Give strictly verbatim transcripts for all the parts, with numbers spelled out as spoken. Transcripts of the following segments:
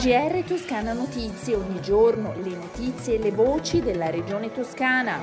G R Toscana Notizie, ogni giorno le notizie e le voci della regione toscana.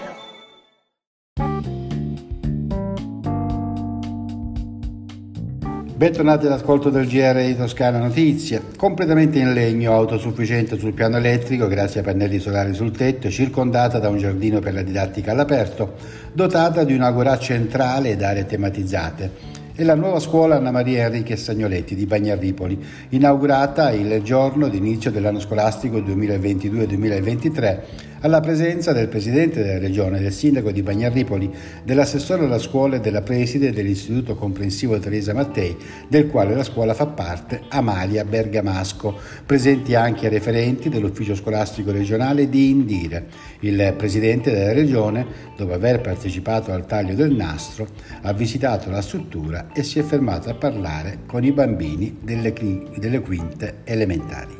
Bentornati all'ascolto del G R di Toscana Notizie. Completamente in legno, autosufficiente sul piano elettrico grazie ai pannelli solari sul tetto, circondata da un giardino per la didattica all'aperto, dotata di un'agorà centrale ed aree tematizzate. È la nuova scuola Anna Maria Enrique Sagnoletti di Bagnarripoli, inaugurata il giorno d'inizio dell'anno scolastico duemilaventidue duemilaventitré, alla presenza del Presidente della Regione, del Sindaco di Bagnarripoli, dell'assessore alla scuola e della preside dell'Istituto Comprensivo Teresa Mattei, del quale la scuola fa parte, Amalia Bergamasco, presenti anche referenti dell'Ufficio Scolastico Regionale di Indire. Il Presidente della Regione, dopo aver partecipato al taglio del nastro, ha visitato la struttura e si è fermato a parlare con i bambini delle, delle quinte elementari.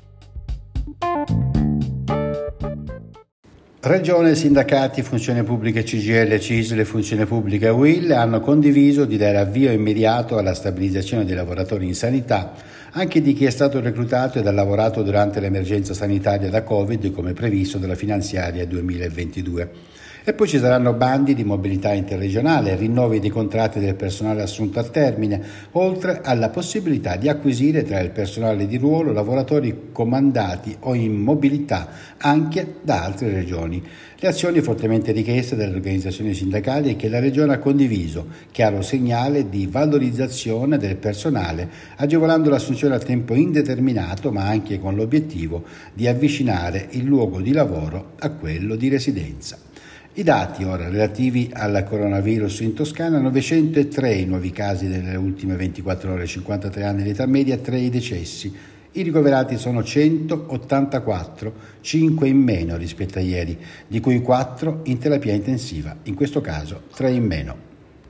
Regione, sindacati, funzione pubblica C G I L, C I S L e funzione pubblica U I L hanno condiviso di dare avvio immediato alla stabilizzazione dei lavoratori in sanità, anche di chi è stato reclutato ed ha lavorato durante l'emergenza sanitaria da Covid come previsto dalla finanziaria duemilaventidue. E poi ci saranno bandi di mobilità interregionale, rinnovi dei contratti del personale assunto a termine, oltre alla possibilità di acquisire tra il personale di ruolo lavoratori comandati o in mobilità anche da altre regioni. Le azioni fortemente richieste dalle organizzazioni sindacali e che la Regione ha condiviso, chiaro segnale di valorizzazione del personale, agevolando l'assunzione a tempo indeterminato, ma anche con l'obiettivo di avvicinare il luogo di lavoro a quello di residenza. I dati ora relativi al coronavirus in Toscana: novecentotre i nuovi casi nelle ultime ventiquattro ore, cinquantatré anni l'età media, tre i decessi. I ricoverati sono centottantaquattro, cinque in meno rispetto a ieri, di cui quattro in terapia intensiva, in questo caso tre in meno.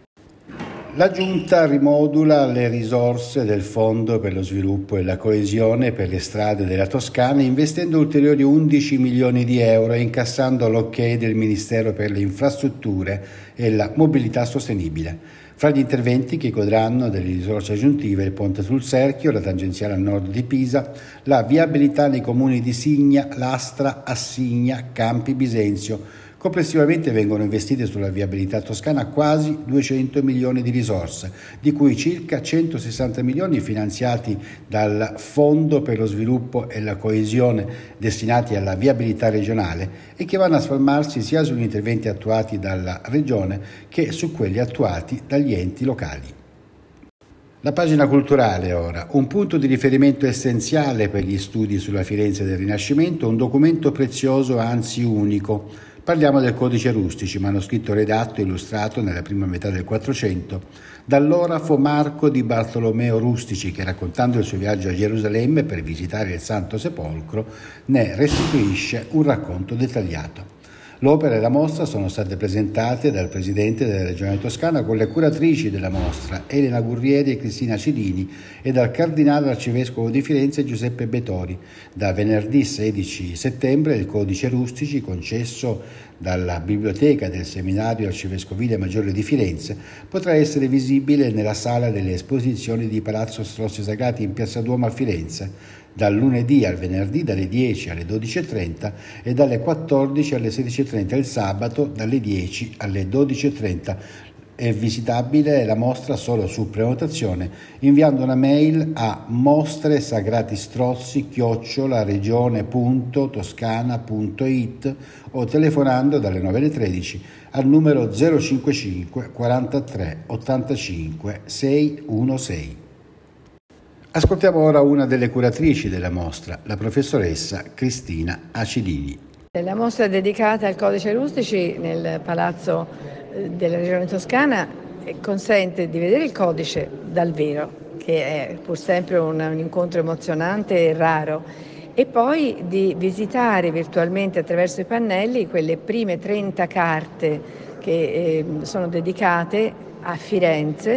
La Giunta rimodula le risorse del Fondo per lo sviluppo e la coesione per le strade della Toscana, investendo ulteriori undici milioni di euro e incassando l'ok del Ministero per le infrastrutture e la mobilità sostenibile. Fra gli interventi che godranno delle risorse aggiuntive il ponte sul Serchio, la tangenziale a nord di Pisa, la viabilità nei comuni di Signa, Lastra, Assigna, Campi Bisenzio. Complessivamente vengono investite sulla viabilità toscana quasi duecento milioni di risorse, di cui circa centosessanta milioni finanziati dal Fondo per lo sviluppo e la coesione destinati alla viabilità regionale e che vanno a spalmarsi sia sugli interventi attuati dalla Regione che su quelli attuati dagli enti locali. La pagina culturale ora, un punto di riferimento essenziale per gli studi sulla Firenze del Rinascimento, un documento prezioso anzi unico. Parliamo del Codice Rustici, manoscritto redatto e illustrato nella prima metà del Quattrocento dall'orafo Marco di Bartolomeo Rustici, che raccontando il suo viaggio a Gerusalemme per visitare il Santo Sepolcro ne restituisce un racconto dettagliato. L'opera e la mostra sono state presentate dal Presidente della Regione Toscana con le curatrici della mostra, Elena Gurrieri e Cristina Cilini, e dal Cardinale Arcivescovo di Firenze Giuseppe Betori. Da venerdì sedici settembre il Codice Rustici, concesso dalla Biblioteca del Seminario Arcivescovile Maggiore di Firenze, potrà essere visibile nella sala delle esposizioni di Palazzo Strozzi Sagrati in Piazza Duomo a Firenze, dal lunedì al venerdì dalle dieci alle dodici e trenta e dalle quattordici alle sedici e trenta il sabato dalle dieci alle dodici e trenta. È visitabile la mostra solo su prenotazione inviando una mail a mostresagratistrozzi chiocciola regione punto toscana punto it o telefonando dalle nove alle tredici al numero zero cinquantacinque quarantatré ottantacinque seicentosei. Ascoltiamo ora una delle curatrici della mostra, la professoressa Cristina Acidini. La mostra è dedicata al Codice Rustici nel Palazzo della Regione Toscana e consente di vedere il codice dal vero, che è pur sempre un, un incontro emozionante e raro, e poi di visitare virtualmente attraverso i pannelli quelle prime trenta carte che eh, sono dedicate a Firenze,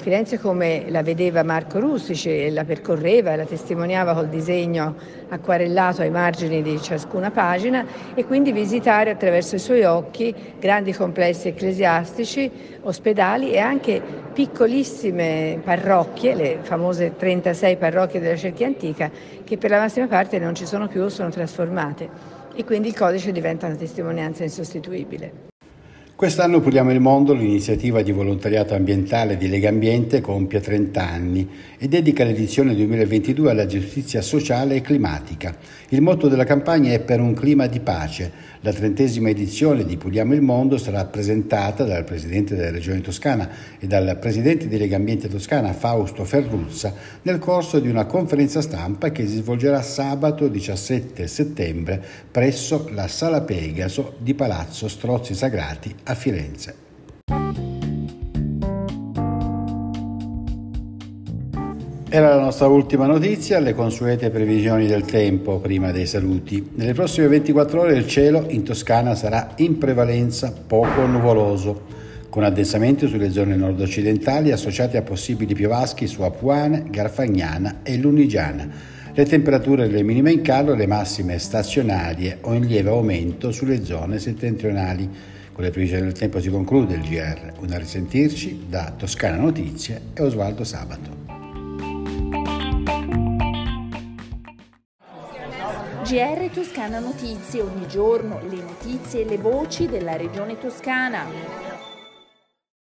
Firenze come la vedeva Marco Rustici, la percorreva e la testimoniava col disegno acquarellato ai margini di ciascuna pagina, e quindi visitare attraverso i suoi occhi grandi complessi ecclesiastici, ospedali e anche piccolissime parrocchie, le famose trentasei parrocchie della cerchia antica, che per la massima parte non ci sono più o sono trasformate, e quindi il codice diventa una testimonianza insostituibile. Quest'anno Puliamo il Mondo, l'iniziativa di volontariato ambientale di Legambiente, compie trenta anni e dedica l'edizione duemilaventidue alla giustizia sociale e climatica. Il motto della campagna è Per un clima di pace. La trentesima edizione di Puliamo il Mondo sarà presentata dal Presidente della Regione Toscana e dal Presidente di Legambiente Toscana, Fausto Ferruzza, nel corso di una conferenza stampa che si svolgerà sabato diciassette settembre presso la Sala Pegaso di Palazzo Strozzi Sagrati a Firenze. Era la nostra ultima notizia, le consuete previsioni del tempo prima dei saluti. Nelle prossime ventiquattro ore il cielo in Toscana sarà in prevalenza poco nuvoloso, con addensamento sulle zone nord-occidentali associate a possibili piovaschi su Apuane, Garfagnana e Lunigiana. Le temperature le minime in calo, le massime stazionarie o in lieve aumento sulle zone settentrionali. Con le previsioni del tempo si conclude il G R. Un a risentirci da Toscana Notizie e Osvaldo Sabato. G R Toscana Notizie, ogni giorno le notizie e le voci della regione toscana.